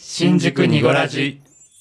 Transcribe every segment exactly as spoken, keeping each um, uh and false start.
新宿にごラジ。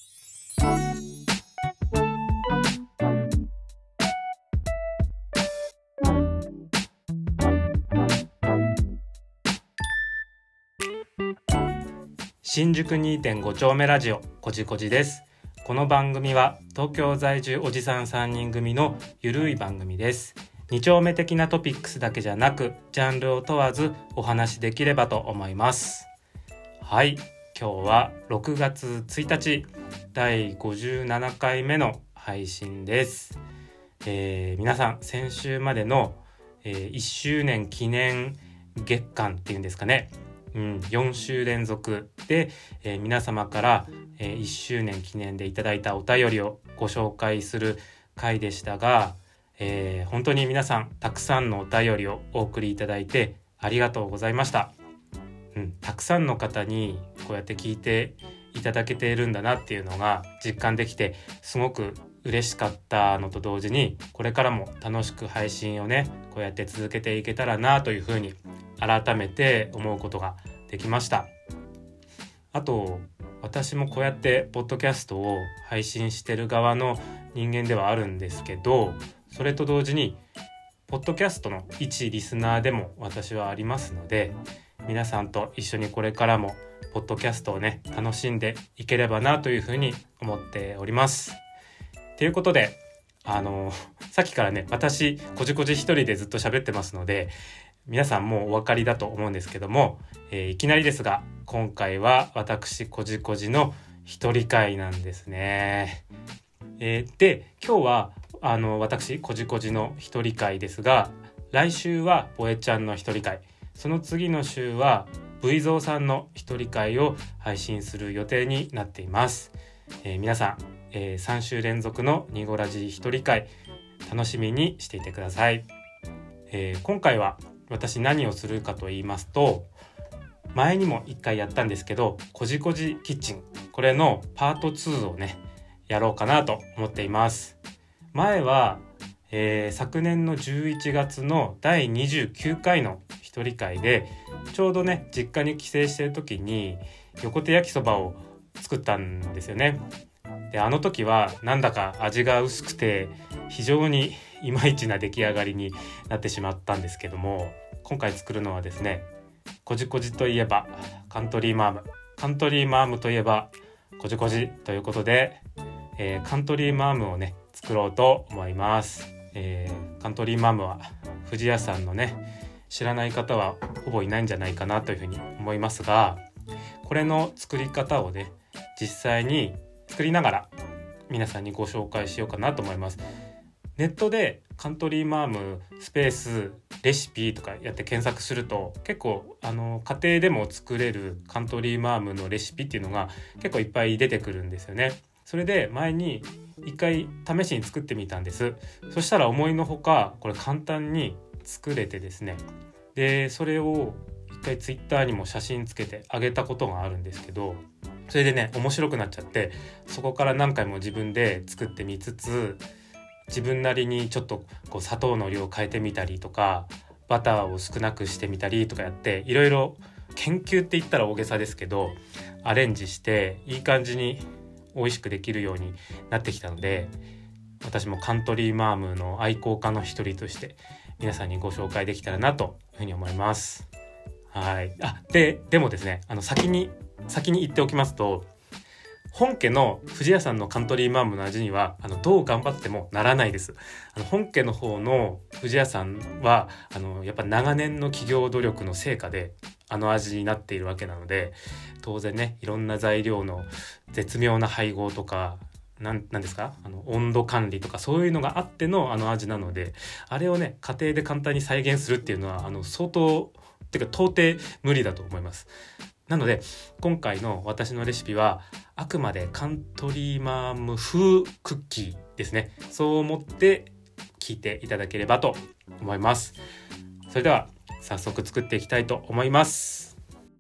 新宿 にてんご 丁目ラジオこじこじです。この番組は東京在住おじさんさんにん組のゆるい番組です。に丁目的なトピックスだけじゃなくジャンルを問わずお話しできればと思います。はい、今日はろくがつついたちだいごじゅうななかいめの配信です。えー、皆さん先週までの、えー、いっしゅうねん記念月間っていうんですかね、うん、よんしゅう連続で、えー、皆様から、えー、いっしゅうねん記念でいただいたお便りをご紹介する回でしたが、えー、本当に皆さんたくさんのお便りをお送りいただいてありがとうございました。うん、たくさんの方にこうやって聞いていただけているんだなっていうのが実感できてすごく嬉しかったのと同時に、これからも楽しく配信をねこうやって続けていけたらなというふうに改めて思うことができました。あと私もこうやってポッドキャストを配信してる側の人間ではあるんですけど、それと同時にポッドキャストの一リスナーでも私はありますので、皆さんと一緒にこれからもポッドキャストをね楽しんでいければなというふうに思っております。ということであのさっきからね私こじこじ一人でずっと喋ってますので皆さんもうお分かりだと思うんですけども、えー、いきなりですが今回は私こじこじの一人会なんですね。えー、で今日はあの私こじこじの一人会ですが、来週はぽえちゃんの一人会、その次の週は V ゾーさんの一人会を配信する予定になっています。えー、皆さん、えー、さん週連続のにごラジ一人会楽しみにしていてください。えー、今回は私何をするかと言いますと、前にも一回やったんですけどこじこじキッチン、これのパートツーをねやろうかなと思っています。前は、えー、昨年のじゅういちがつのだいにじゅうきゅうかいの一人会でちょうどね実家に帰省してる時に横手焼きそばを作ったんですよね。であの時はなんだか味が薄くて非常にいまいちな出来上がりになってしまったんですけども、今回作るのはですね、こじこじといえばカントリーマーム、カントリーマームといえばこじこじということで、えー、カントリーマームをね作ろうと思います。えー、カントリーマームは富士屋さんのね知らない方はほぼいないんじゃないかなというふうに思いますが、これの作り方をね実際に作りながら皆さんにご紹介しようかなと思います。ネットでカントリーマームスペースレシピとかやって検索すると結構あの家庭でも作れるカントリーマームのレシピっていうのが結構いっぱい出てくるんですよね。それで前に一回試しに作ってみたんです。そしたら思いのほかこれ簡単に作れてですね、でそれを一回ツイッターにも写真つけてあげたことがあるんですけど、それでね面白くなっちゃって、そこから何回も自分で作ってみつつ自分なりにちょっとこう砂糖の量を変えてみたりとかバターを少なくしてみたりとかやっていろいろ研究って言ったら大げさですけどアレンジしていい感じに美味しくできるようになってきたので、私もカントリーマームの愛好家の一人として皆さんにご紹介できたらなというふうに思います。はい。あ、で、でもですね、あの先に先に言っておきますと、本家の富士屋さんのカントリーマームの味にはあのどう頑張ってもならないです。あの本家の方の富士屋さんはあのやっぱ長年の企業努力の成果であの味になっているわけなので、当然ねいろんな材料の絶妙な配合とかなん、なんですかあの温度管理とかそういうのがあってのあの味なので、あれをね家庭で簡単に再現するっていうのはあの相当てか到底無理だと思います。なので今回の私のレシピはあくまでカントリーマーム風クッキーですね。そう思って聞いていただければと思います。それでは早速作っていきたいと思います。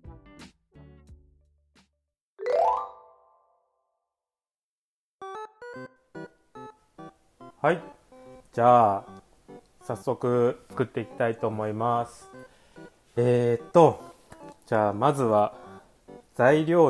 はい、じゃあ早速作っていきたいと思います。えーっとじゃあまずは材料の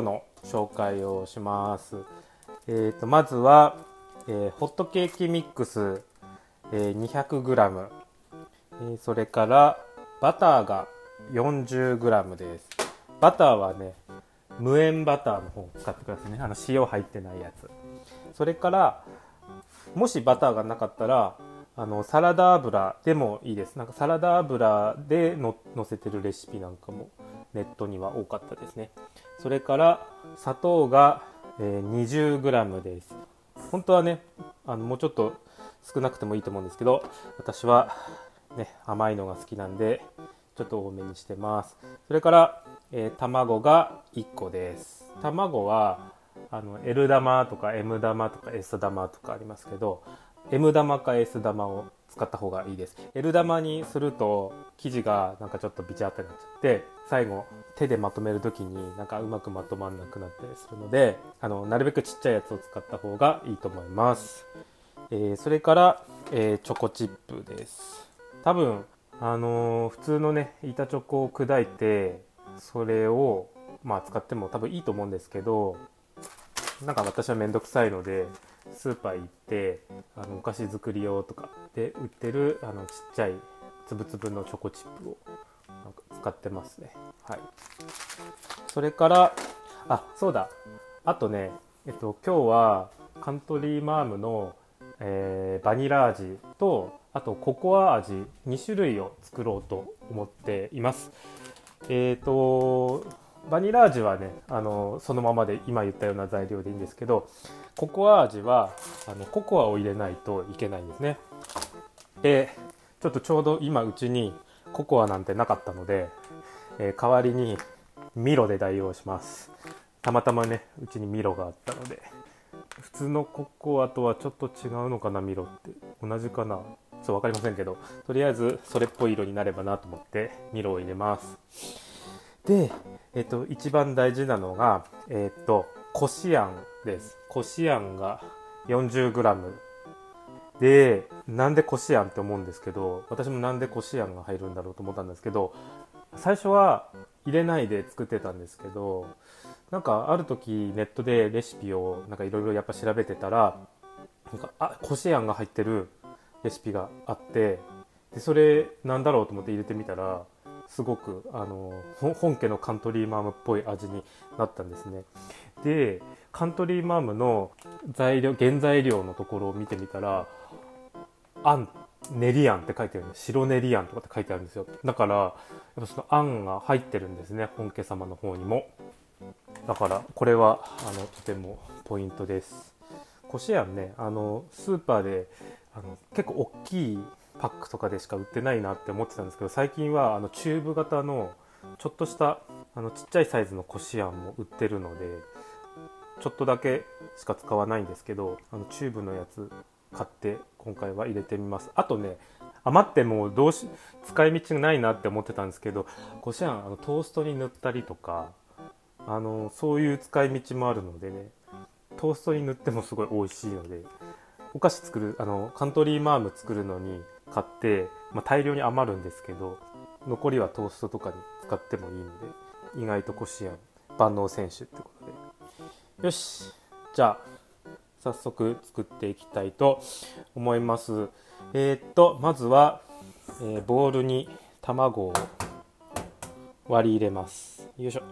紹介をします。えー、とまずは、えー、ホットケーキミックス、えー、にひゃくグラム、えー、それからバターが よんじゅうグラム です。バターはね無塩バターの方を使ってくださいね。あの塩入ってないやつ。それからもしバターがなかったらあのサラダ油でもいいです。なんかサラダ油での載せてるレシピなんかもネットには多かったですね。それから砂糖が、えー、にじゅうグラム です。本当はねあのもうちょっと少なくてもいいと思うんですけど、私は、ね、甘いのが好きなんでちょっと多めにしてます。それから、えー、卵がいっこです。卵はあの L 玉とか M 玉とか S 玉とかありますけど、 M 玉か S 玉を使った方がいいです。 L 玉にすると生地がなんかちょっとビチャってなっちゃって最後手でまとめる時になんかうまくまとまんなくなったりするので、あのなるべくちっちゃいやつを使った方がいいと思います。えー、それから、えー、チョコチップです。多分あのー、普通のね板チョコを砕いてそれをまあ使っても多分いいと思うんですけど、なんか私はめんどくさいのでスーパー行ってあのお菓子作り用とかで売ってるあのちっちゃいつぶつぶのチョコチップをなんか使ってますね。はい。それからあそうだあとねえっと今日はカントリーマームの、えー、バニラ味とあとココア味に種類を作ろうと思っています。えっとバニラ味はねあのそのままで今言ったような材料でいいんですけど、ココア味はあのココアを入れないといけないんですね。でちょっとちょうど今うちにココアなんてなかったので、えー、代わりにミロで代用します。たまたまねうちにミロがあったので、普通のココアとはちょっと違うのかな、ミロって同じかな、そう分かりませんけど、とりあえずそれっぽい色になればなと思ってミロを入れます。で、えっと、一番大事なのが、えっと、こしあんです。こしあんが よんじゅうグラム で、なんでこしあんって思うんですけど、私もなんでこしあんが入るんだろうと思ったんですけど、最初は入れないで作ってたんですけど、なんかある時ネットでレシピをなんかいろいろやっぱ調べてたら、なんかあこしあんが入ってるレシピがあって、でそれなんだろうと思って入れてみたら、すごくあの本家のカントリーマームっぽい味になったんですね。でカントリーマームの材料原材料のところを見てみたら、あん練りあんって書いてあるんです。白練りあんとかって書いてあるんですよ。だからやっぱそのあんが入ってるんですね、本家様の方にも。だからこれはあのとてもポイントです。こしあんね、あのスーパーであの結構大きいパックとかでしか売ってないなって思ってたんですけど、最近はあのチューブ型のちょっとしたあのちっちゃいサイズのこしあんも売ってるので、ちょっとだけしか使わないんですけど、あのチューブのやつ買って今回は入れてみます。あとね、余ってもどうし使い道ないなって思ってたんですけど、こしあんあのトーストに塗ったりとか、あのそういう使い道もあるのでね、トーストに塗ってもすごい美味しいので、お菓子作るあのカントリーマーム作るのに買って、まあ、大量に余るんですけど、残りはトーストとかに使ってもいいので、意外とこしあん万能選手ってことで、よし、じゃあ早速作っていきたいと思います。えー、っとまずは、えー、ボウルに卵を割り入れます。よいしょ。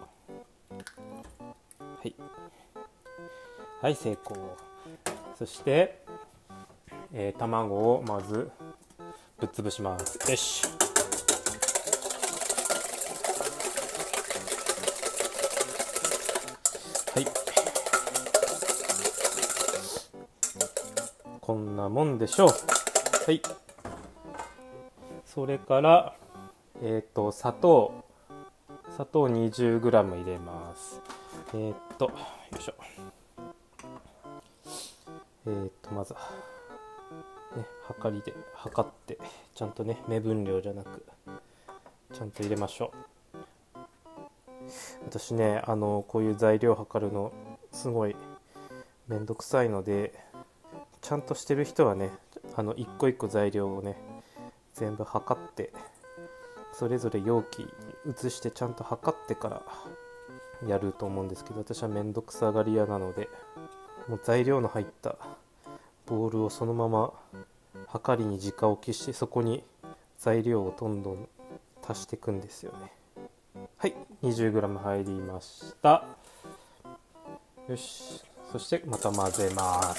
はいはい、成功。そして、えー、卵をまずぶっ潰します。よし。はい、こんなもんでしょう。はい。それからえっと砂糖砂糖 にじゅうグラム 入れます。えっとよいしょ。えっとまずはね、はかりで測ってちゃんとね、目分量じゃなくちゃんと入れましょう。私ね、あのこういう材料測るのすごいめんどくさいので、ちゃんとしてる人はね、あの一個一個材料をね全部測って、それぞれ容器に移してちゃんと測ってからやると思うんですけど、私はめんどくさがり屋なので、もう材料の入ったボウルをそのままはかりに直置きして、そこに材料をどんどん足していくんですよね。はい、 にじゅうグラム 入りました。よし、そしてまた混ぜます。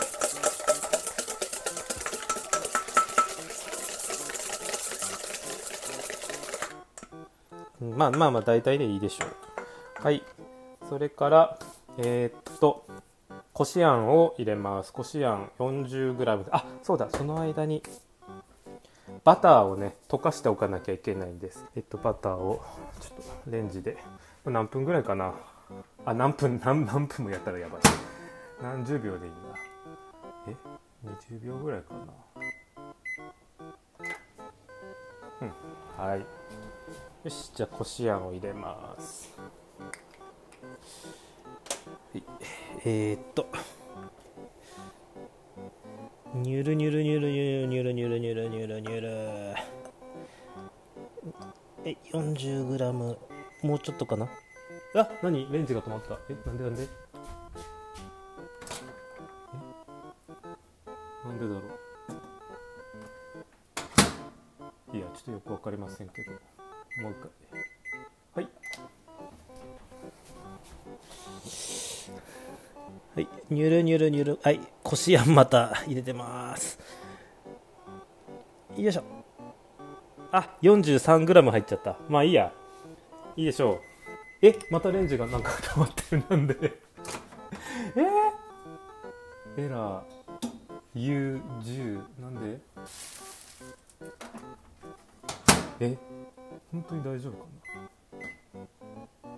まあまあまあ大体でいいでしょう。はい、それからえー、っとこしあんを入れます。こしあん よんじゅうグラム。 あ、そうだ、その間にバターをね溶かしておかなきゃいけないんです。えっとバターをちょっとレンジで何分ぐらいかなあ、何分 何, 何分もやったらやばい。何十秒でいいんだ。えにじゅうびょうぐらいかな。うん、はい。よし、じゃあこしあんを入れます。はい、えー、っとニュルニュルニュルニュルニュルニュルニュルニュルニュルえ よんじゅうグラム もうちょっとかな。あ、何、レンジが止まった。え、なんでなんでえなんでだろう。いや、ちょっとよくわかりませんけど、もう一回。はいはい、ニュルニュルニュル。はい、こしあんまた入れてます。よいしょ。あ、よんじゅうさんグラム 入っちゃった。まあいいや、いいでしょう。え、またレンジがなんか溜まってる。なんでえー、エラー ユーじゅう なんで。え、本当に大丈夫かな。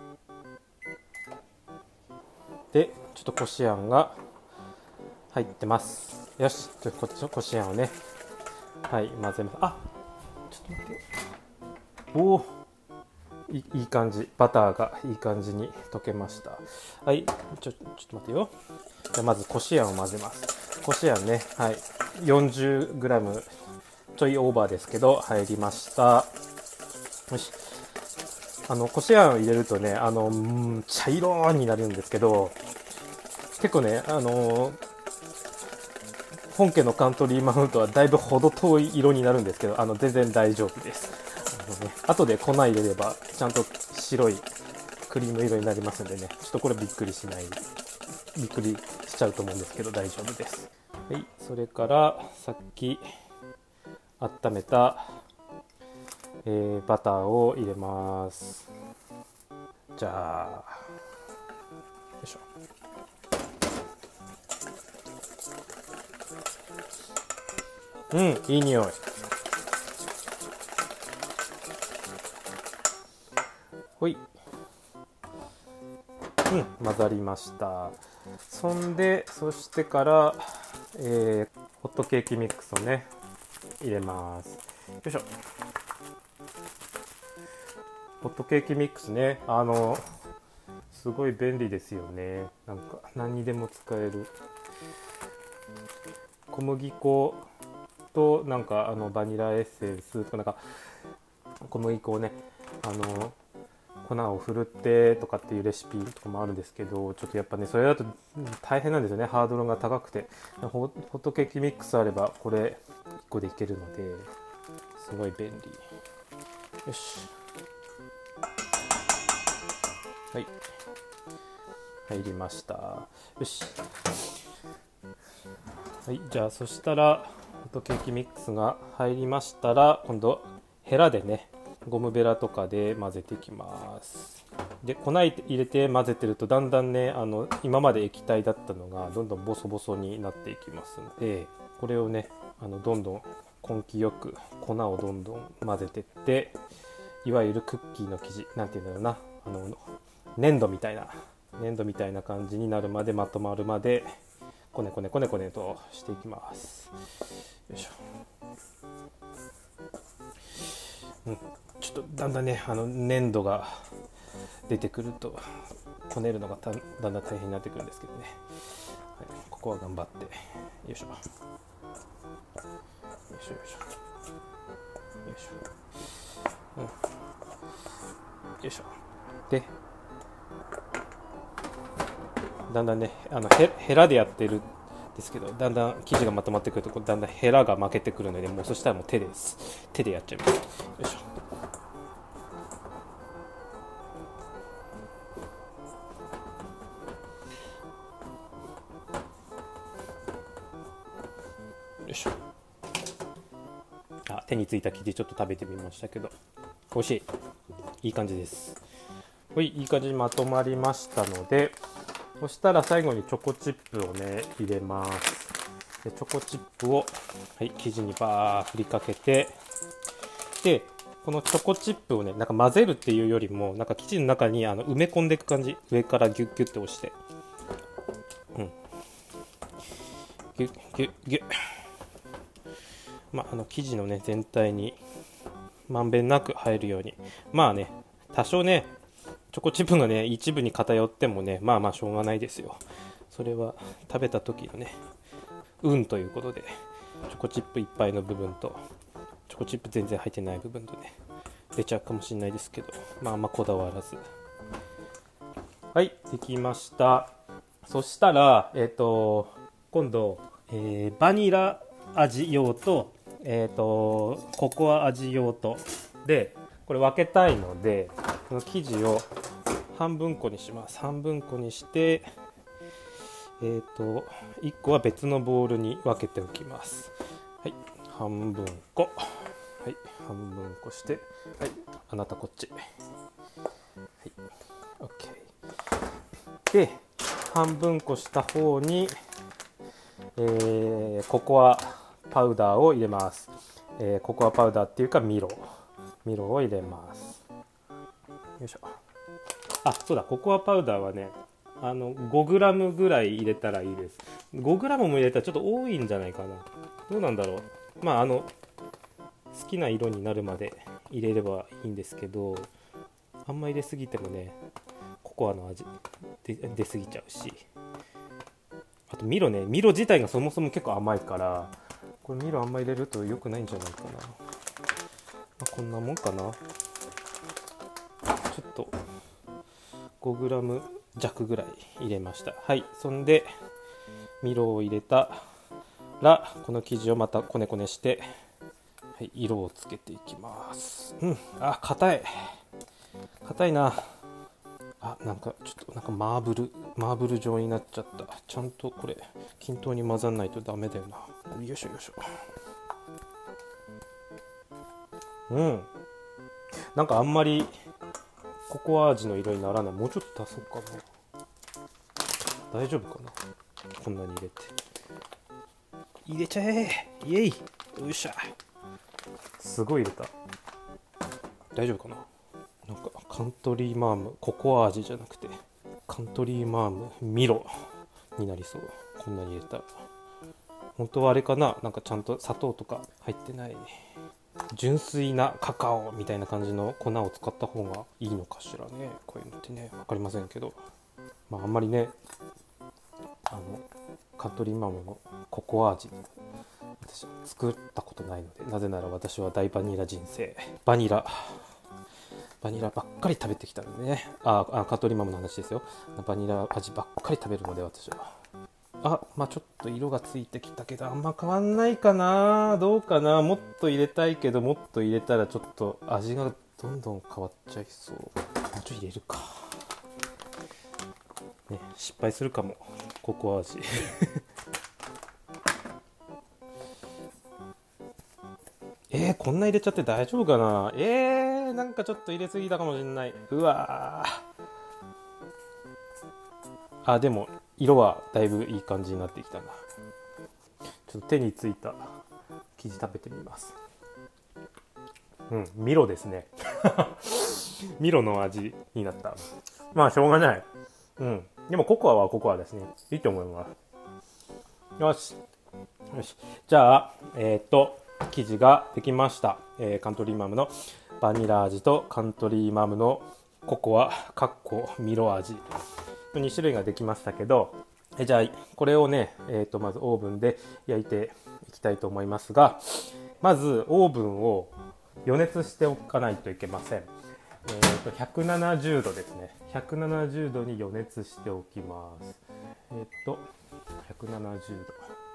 で、ちょっとこしあんが入ってます。よし、ちょっとこっちのこしあんをね、はい混ぜます。あ、ちょっと待ってよ。おお、いいい感じ、バターがいい感じに溶けました。はい、ちょちょっと待ってよ。じゃあまずこしあんを混ぜます。こしあんね、はい、よんじゅうグラム ちょいオーバーですけど入りました。よし、あのこしあんを入れるとね、あのん茶色になるんですけど、結構ね、あのー、本家のカントリーマウントはだいぶ程遠い色になるんですけど、あの全然大丈夫です。あの、ね、後で粉入れればちゃんと白いクリーム色になりますんでね、ちょっとこれびっくりしない、びっくりしちゃうと思うんですけど大丈夫です。はい、それからさっき温めた、えー、バターを入れます。じゃあ、よいしょ。うん、いい匂い。ほい。うん、混ざりました。そんで、そしてから、えー、ホットケーキミックスをね、入れます。よいしょ。ホットケーキミックスね、あのすごい便利ですよね。なんか何にでも使える。小麦粉となんかあのバニラエッセンスとか、なんか小麦粉をね、あの粉をふるってとかっていうレシピとかもあるんですけど、ちょっとやっぱねそれだと大変なんですよね。ハードルが高くて、ホットケーキミックスあればこれいっこでいけるのですごい便利。よし、はい、入りました。よし、はい、じゃあそしたらホットケーキミックスが入りましたら、今度ヘラでね、ゴムベラとかで混ぜていきます。で、粉入れて混ぜてるとだんだんね、あの今まで液体だったのがどんどんボソボソになっていきますので、これをね、あのどんどん根気よく粉をどんどん混ぜてって、いわゆるクッキーの生地、なんていうんだろうな、あの粘土みたいな粘土みたいな感じになるまで、まとまるまでこねこねこねこねとしていきます。よいしょ。うん、ちょっとだんだんね、あの粘土が出てくるとこねるのがだんだん大変になってくるんですけどね、はい、ここは頑張って、よいしょよいしょよいしょよいしょ、うん、よいしょ。でだんだんねあのへヘラでやってるんですけど、だんだん生地がまとまってくるとだんだんヘラが負けてくるので、もうそしたらもう手です手でやっちゃいます。よいしょ。よいしょ。あ、手についた生地ちょっと食べてみましたけど美味しい。いい感じです。はい、いい感じにまとまりましたので、そしたら最後にチョコチップをね入れます。でチョコチップを、はい、生地にバー振りかけて、でこのチョコチップをねなんか混ぜるっていうよりもなんか生地の中にあの埋め込んでいく感じ。上からギュッギュッって押して、うん、ギュッギュッギュッ、まあ、あの生地のね全体にまんべんなく入るように。まあね多少ねチョコチップがね一部に偏ってもねまあまあしょうがないですよ。それは食べた時のね運ということで、チョコチップいっぱいの部分とチョコチップ全然入ってない部分とね出ちゃうかもしれないですけど、まああんまこだわらず。はい、できました。そしたらえっ、ー、と今度、えー、バニラ味用とえっ、ー、とココア味用とでこれ分けたいので、この生地を半分こにします。半分こにして、えーと、いっこは別のボウルに分けておきます。はい、半分こ。はい、半分こして、はい、あなたこっち。はい、OK。で、半分こした方に、えー、ココアパウダーを入れます。えー、ココアパウダーっていうかミロ。ミロを入れます。よいしょ。あ、そうだ、ココアパウダーはね、あの ごグラム ぐらい入れたらいいです。ごグラム も入れたらちょっと多いんじゃないかな。どうなんだろう。まああの好きな色になるまで入れればいいんですけど、あんま入れすぎてもね、ココアの味で出すぎちゃうし、あとミロね、ミロ自体がそもそも結構甘いから、これミロあんま入れると良くないんじゃないかな。まあ、こんなもんかな。ちょっとごグラム 弱ぐらい入れました。はい、そんでミロを入れたらこの生地をまたこねこねして、はい、色をつけていきます。うん、あ、硬い硬いな。あ、なんかちょっとなんかマーブルマーブル状になっちゃった。ちゃんとこれ均等に混ざんないとダメだよな。よいしょよいしょ。うん、なんかあんまりココア味の色にならない。もうちょっと足そうかな。大丈夫かな、こんなに入れて。入れちゃえ、イエイ、よいしょ。すごい入れた。大丈夫かな。なんかカントリーマームココア味じゃなくてカントリーマームミロになりそう。こんなに入れたら。本当はあれかな、なんかちゃんと砂糖とか入ってない純粋なカカオみたいな感じの粉を使った方がいいのかしらね。こういうのってね、分かりませんけど、まああんまりね、あのカントリーマームのココア味私は作ったことないので、なぜなら私は大バニラ人生、バニラバニラばっかり食べてきたんでね。ああ、カントリーマームの話ですよ。バニラ味ばっかり食べるので私は。あ、まあちょっと色がついてきたけどあんま変わんないかな。どうかな。もっと入れたいけど、もっと入れたらちょっと味がどんどん変わっちゃいそう。もうちょい入れるか、ね、失敗するかもココア味えー、こんな入れちゃって大丈夫かな。えー、なんかちょっと入れすぎたかもしれない。うわー、あ、でも色はだいぶいい感じになってきたな。ちょっと手についた生地食べてみます。うん、ミロですねミロの味になった。まあしょうがない。うん、でもココアはココアですね。いいと思います。よしよし、じゃあえっ、ー、と生地ができました。えー、カントリーマームのバニラ味とカントリーマームのココアかっこミロ味のに種類ができましたけど、えじゃあこれをね、えー、とまずオーブンで焼いていきたいと思いますが、まずオーブンを予熱しておかないといけません。えー、とひゃくななじゅうどですね。ひゃくななじゅうどに予熱しておきます。 えー、っとひゃくななじゅう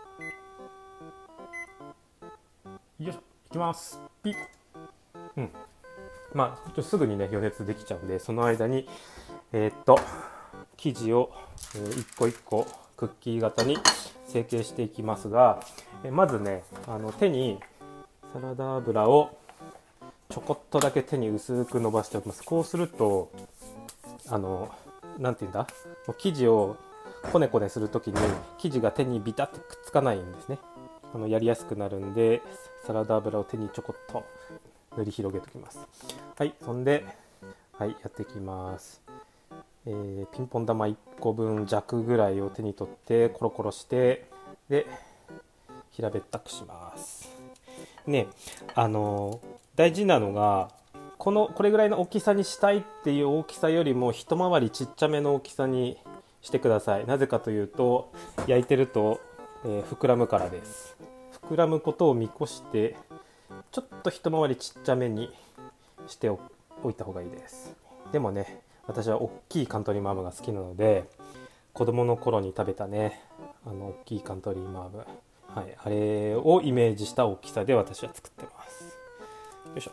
ど、よいしょ、いきます。ピッ。うん。まあちょっとすぐにね予熱できちゃうんで、その間にえー、っと生地を、えー、一個一個クッキー型に成形していきますが、えー、まずねあの手にサラダ油をちょこっとだけ手に薄く伸ばしておきます。こうするとあのなんていうんだ、生地をこねこねするときに生地が手にビタッとくっつかないんですね。あのやりやすくなるんで、サラダ油を手にちょこっと塗り広げておきます。はい、そんで、はい、やっていきます。えー、ピンポン玉いっこぶん弱ぐらいを手に取ってコロコロして、で平べったくしますね。あの大事なのがこのこれぐらいの大きさにしたいっていう大きさよりも一回りちっちゃめの大きさにしてください。なぜかというと焼いてると、えー、膨らむからです。膨らむことを見越してちょっと一回りちっちゃめにしておいた方がいいです。でもね、私は大きいカントリーマームが好きなので、子供の頃に食べたねあの大きいカントリーマーム、はい、あれをイメージした大きさで私は作ってます。よいしょ。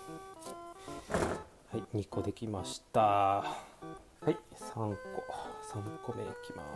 はい、にこできました。はい、さんこさんこめいきます。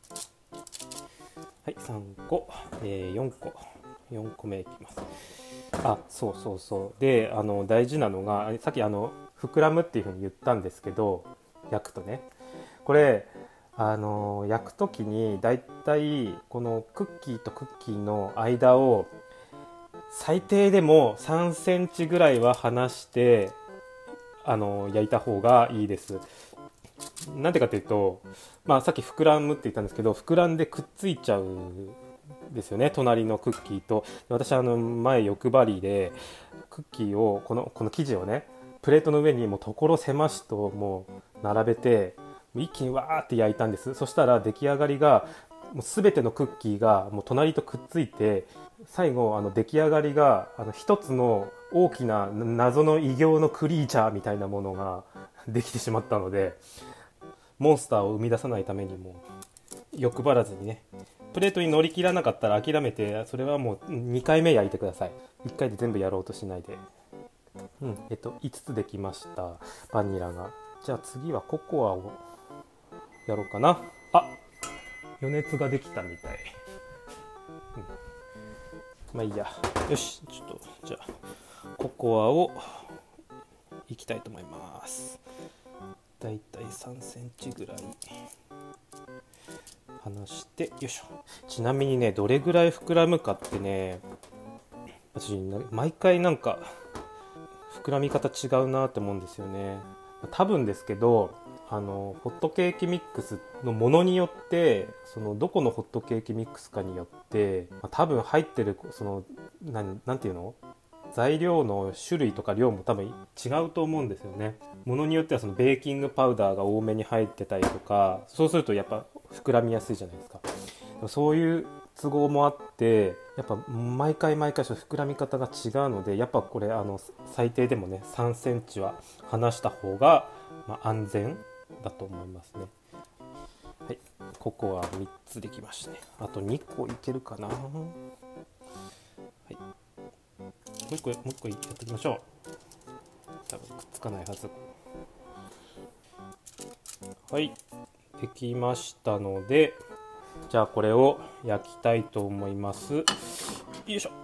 はい、さんこ、えー、よんこよんこめいきます。あ、そうそうそう。で、あの大事なのがさっきあの膨らむっていうふうに言ったんですけど、焼くとね、これあの焼くときにだいたいこのクッキーとクッキーの間を最低でもさんセンチぐらいは離してあの焼いた方がいいです。なんでかというと、まあ、さっき膨らむって言ったんですけど、膨らんでくっついちゃうんですよね、隣のクッキーと。私あの前欲張りでクッキーをこのこの生地をねプレートの上にもう所狭しともう並べて一気にわーって焼いたんです。そしたら出来上がりがもう全てのクッキーがもう隣とくっついて、最後あの出来上がりがあの一つの大きな謎の異形のクリーチャーみたいなものができてしまったので、モンスターを生み出さないためにも欲張らずにね、プレートに乗り切らなかったら諦めて、それはもうにかいめ焼いてください。いっかいで全部やろうとしないで。うんえっといつつできました、バニラが。じゃあ次はココアをやろうかな。あ、余熱ができたみたい。うん、まあいいや。よし、ちょっとじゃあココアをいきたいと思います。だいたいさんセンチぐらい離して、よいしょ。ちなみにね、どれぐらい膨らむかってね、私毎回なんか膨らみ方違うなって思うんですよね。多分ですけど、あのホットケーキミックスのものによって、そのどこのホットケーキミックスかによって、まあ、多分入ってるそのなんなんていうの、材料の種類とか量も多分違うと思うんですよね。ものによってはそのベーキングパウダーが多めに入ってたりとか、そうするとやっぱ膨らみやすいじゃないですか。そういう都合もあって、やっぱ毎回毎回膨らみ方が違うので、やっぱこれあの最低でもねさんセンチは離した方が、まあ、安全だと思いますね。はい、ココアみっつできましたね。あとにこいけるかな。はい、もう一個もう一個やっていきましょう。多分くっつかないはず。はい、できましたので、じゃあこれを焼きたいと思います。よいしょ。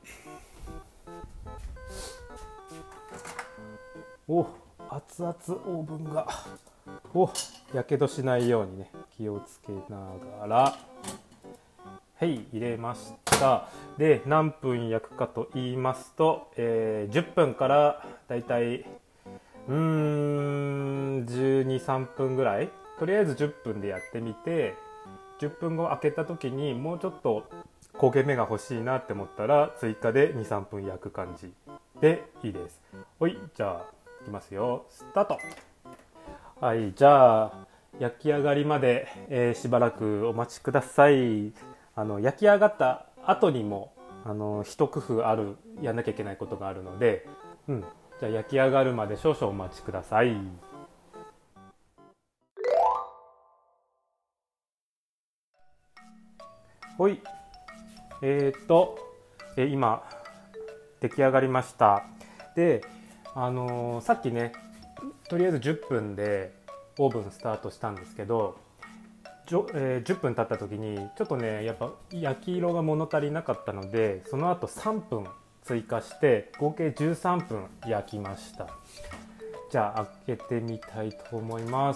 お、熱々オーブンが、お、やけどしないようにね気をつけながら、はい、入れました。で、何分焼くかと言いますと、えー、じゅっぷんからだいたいうーんじゅうに、さんぷんぐらい。とりあえずじゅっぷんでやってみて、じゅっぷんご開けた時にもうちょっと焦げ目が欲しいなって思ったら追加でに、さんぷん焼く感じでいいです。はい、じゃあいきますよ、スタート。はい、じゃあ焼き上がりまで、えー、しばらくお待ちください。あの焼き上がった後にもあの一工夫ある、やんなきゃいけないことがあるので、うん、じゃあ焼き上がるまで少々お待ちください。 ほい。えー、っと、え今出来上がりました。で、あのー、さっきね、とりあえずじゅっぷんでオーブンスタートしたんですけど、じゅ、えー、じゅっぷん経った時にちょっとね、やっぱ焼き色が物足りなかったので、その後さんぷん追加して合計じゅうさんぷん焼きました。じゃあ開けてみたいと思います。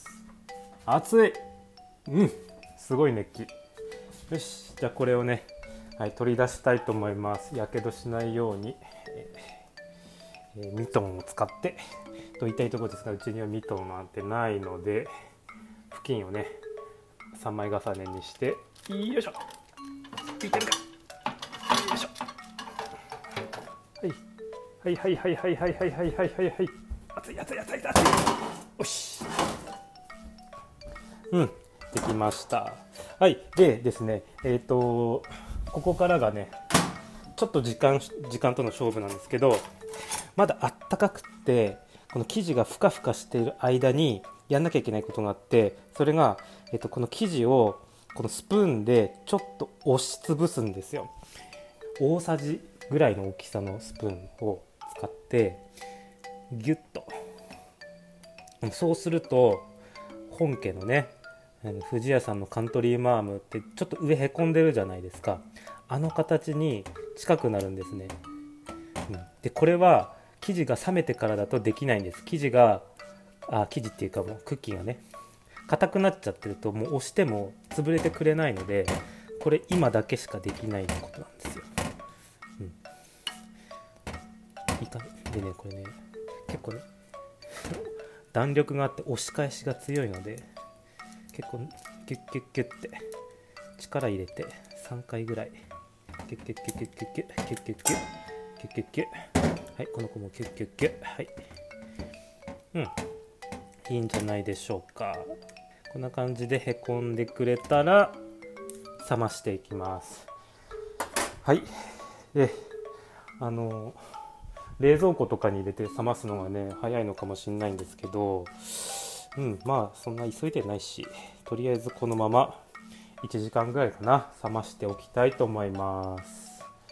熱い。うん、すごい熱気。よし、じゃあこれをね、はい、取り出したいと思います。やけどしないように、えー、ミトンを使ってと言いたいところですが、うちにはミトンなんてないので、布巾をねさんまい重ねにして、よいしょ、ついてるか、よいしょ、はいはいはいはいはいはいはいはいはいはい、熱い熱い熱い熱い、よし、うん、できました。はい、でですね、えっとここからがねちょっと時間時間との勝負なんですけど、まだあったかくってこの生地がふかふかしている間にやんなきゃいけないことがあって、それが、えっと、この生地をこのスプーンでちょっと押しつぶすんですよ。大さじぐらいの大きさのスプーンを使ってギュッと、そうすると本家のね不二家さんのカントリーマームってちょっと上へこんでるじゃないですか。あの形に近くなるんですね。うん、でこれは生地が冷めてからだとできないんです。生地があ生地っていうかもうクッキーがね硬くなっちゃってるともう押しても潰れてくれないので、これ今だけしかできないことなんですよ。うん、いいかでね、これね結構ね弾力があって押し返しが強いので、結構ギュッギュッギュッって力入れてさんかいぐらいギュッギュッギュッギュッギュッギュッギュッギュッギュッギュッギュッギュッギュッ、はい、この子もギュッギュッギュッ、はい、うん、いいんじゃないでしょうか。こんな感じでへこんでくれたら冷ましていきます。はい、であの冷蔵庫とかに入れて冷ますのがね早いのかもしれないんですけど、うん、まあそんな急いでないし、とりあえずこのままいちじかんぐらいかな冷ましておきたいと思います。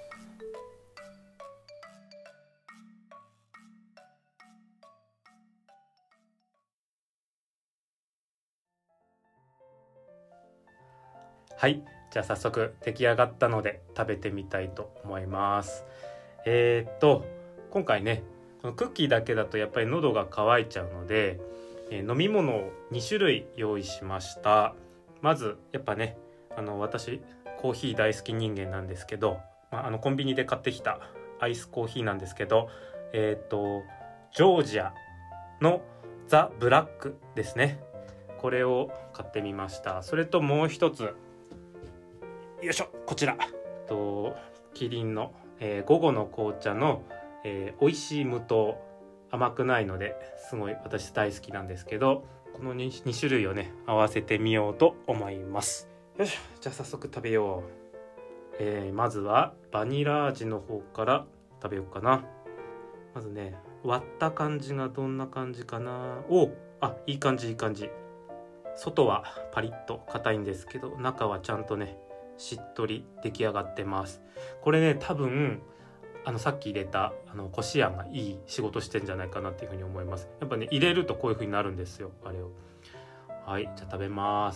はい、じゃあ早速出来上がったので食べてみたいと思います。えー、っと今回ねこのクッキーだけだとやっぱり喉が渇いちゃうので、えー、飲み物をにしゅるい用意しました。まずやっぱねあの私コーヒー大好き人間なんですけど、まあ、あのコンビニで買ってきたアイスコーヒーなんですけど、えー、っとジョージアのザ・ブラックですね。これを買ってみました。それともう一つ、よいしょ、こちらとキリンの、えー、午後の紅茶の、えー、美味しい無糖、甘くないのですごい私大好きなんですけど、この 2, に種類をね合わせてみようと思います。よいしょ、じゃあ早速食べよう。えー、まずはバニラ味の方から食べようかな。まずね割った感じがどんな感じかな。おあ、いい感じいい感じ。外はパリッと硬いんですけど、中はちゃんとねしっとり出来上がってます。これね多分あのさっき入れたあのこしあんがいい仕事してんじゃないかなっていうふうに思います。やっぱね入れるとこういうふうになるんですよ、あれを。はい、じゃあ食べます。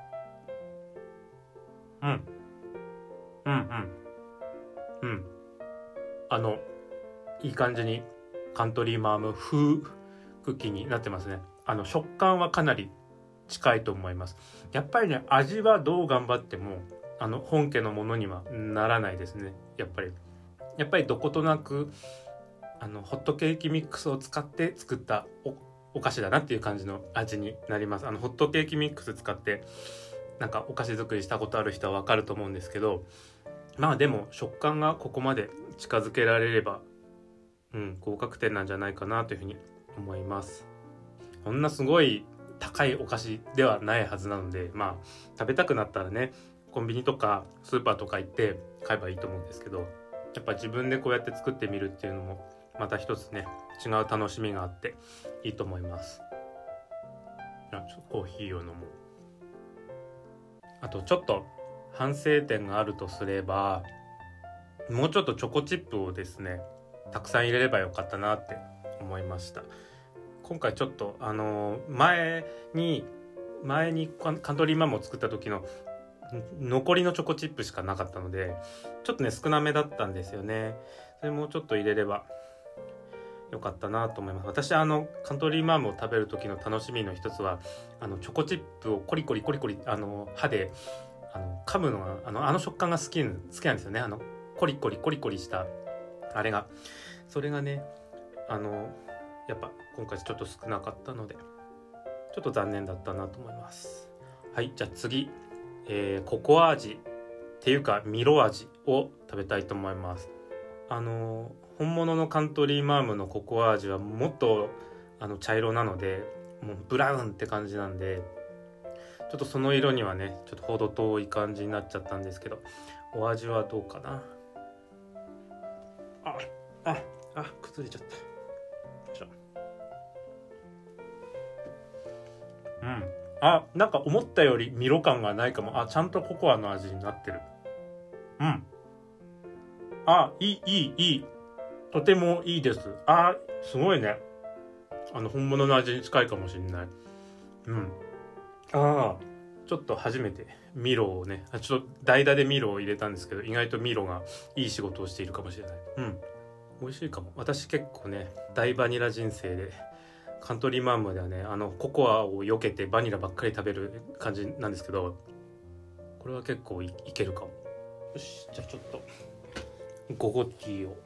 うんうんうんうんあのいい感じにカントリーマーム風クッキーになってますね。あの食感はかなり近いと思います。やっぱりね味はどう頑張ってもあの本家のものにはならないですね。やっぱりやっぱりどことなくあのホットケーキミックスを使って作ったおお菓子だなっていう感じの味になります。あのホットケーキミックス使ってなんかお菓子作りしたことある人はわかると思うんですけど、まあでも食感がここまで近づけられれば、うん、合格点なんじゃないかなというふうに思います。こんなすごい高いお菓子ではないはずなので、まあ食べたくなったらねコンビニとかスーパーとか行って買えばいいと思うんですけど、やっぱ自分でこうやって作ってみるっていうのもまた一つね違う楽しみがあっていいと思います。じゃあちょっとコーヒーを飲もう。あとちょっと反省点があるとすれば、もうちょっとチョコチップをですねたくさん入れればよかったなって思いました。今回ちょっとあの前に前にカントリーマアムを作った時の残りのチョコチップしかなかったので、ちょっとね少なめだったんですよね。それもうちょっと入れればよかったなと思います。私あのカントリーマアムを食べる時の楽しみの一つは、あのチョコチップをコリコリコリコリあの歯であの噛むのがあのあの食感が好き好きなんですよね。あのコリコリコリコリしたあれが、それがねあのやっぱ今回ちょっと少なかったのでちょっと残念だったなと思います。はい、じゃあ次、えー、ココア味っていうかミロ味を食べたいと思います。あの本物のカントリーマアムのココア味はもっとあの茶色なので、もうブラウンって感じなんで、ちょっとその色にはねちょっと程遠い感じになっちゃったんですけど、お味はどうかな。あああ崩れちゃった。よいしょ。うん、あ、なんか思ったよりミロ感がないかも。あ、ちゃんとココアの味になってる。うん、あ、いいいいいい、とてもいいです。あ、すごいね。あの本物の味に近いかもしれない。うん。ああ、ちょっと初めてミロをね、ちょっと代打でミロを入れたんですけど、意外とミロがいい仕事をしているかもしれない。うん、美味しいかも。私結構ね大バニラ人生で、カントリーマアムではねあのココアを避けてバニラばっかり食べる感じなんですけど、これは結構 い, いけるかも。よし、じゃあちょっとゴゴティーを。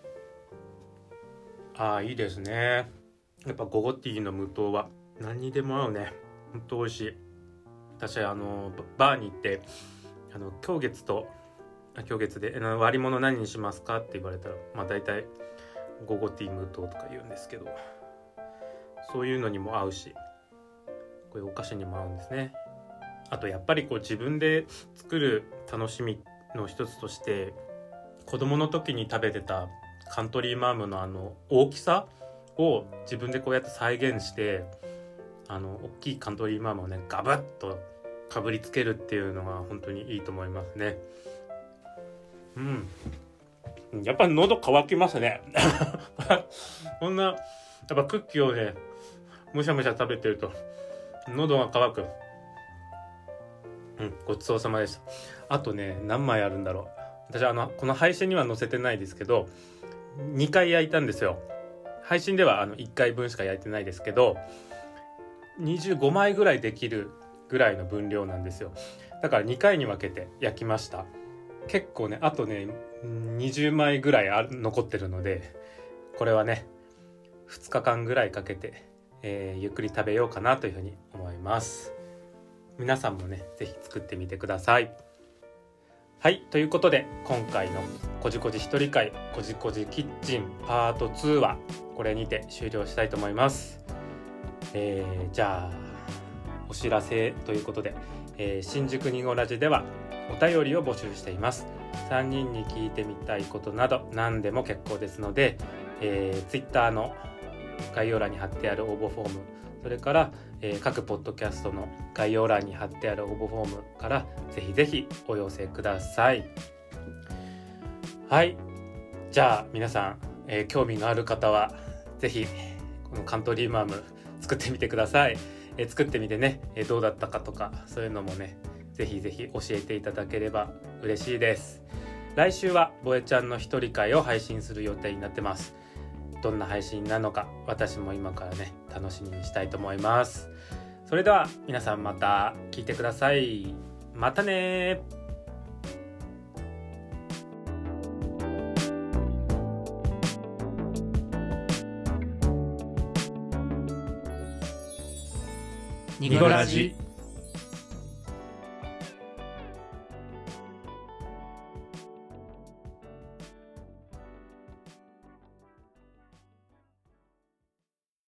ああ、いいですね。やっぱゴゴティーの無糖は何にでも合うね。ほんと美味しい。私あのバーに行ってあの今月と今月で割り物何にしますかって言われたら、まあ大体ゴゴティー無糖とか言うんですけど、そういうのにも合うし、こういうお菓子にも合うんですね。あとやっぱりこう自分で作る楽しみの一つとして、子供の時に食べてたカントリーマアムのあの大きさを自分でこうやって再現して、あの大きいカントリーマアムをねガブッとかぶりつけるっていうのが本当にいいと思いますね。うん、やっぱり喉乾きますねこんなやっぱクッキーをねむしゃむしゃ食べてると喉が乾く。うん、ごちそうさまでした。あとね何枚あるんだろう。私あのこの配信には載せてないですけど、にかい焼いたんですよ。配信ではあのいっかいぶんしか焼いてないですけど、にじゅうごまいぐらいできるぐらいの分量なんですよ。だからにかいに分けて焼きました。結構ね、あとねにじゅうまいぐらいある残ってるので、これはねふつかかんぐらいかけて、えー、ゆっくり食べようかなというふうに思います。皆さんもねぜひ作ってみてください。はい、ということで今回のこじこじ一人会こじこじキッチンパートツーはこれにて終了したいと思います。えー、じゃあお知らせということで、えー、新宿にごラジではお便りを募集しています。さんにんに聞いてみたいことなど何でも結構ですので、えー、Twitter の概要欄に貼ってある応募フォーム、それから、えー、各ポッドキャストの概要欄に貼ってある応募フォームからぜひぜひお寄せください。はい、じゃあ皆さん、えー、興味のある方はぜひこのカントリーマアム作ってみてください。えー、作ってみてね、えー、どうだったかとかそういうのもねぜひぜひ教えていただければ嬉しいです。来週はボエちゃんの一人会を配信する予定になってます。どんな配信なのか私も今からね楽しみにしたいと思います。それでは皆さんまた聞いてください。またね。 ニコラジ。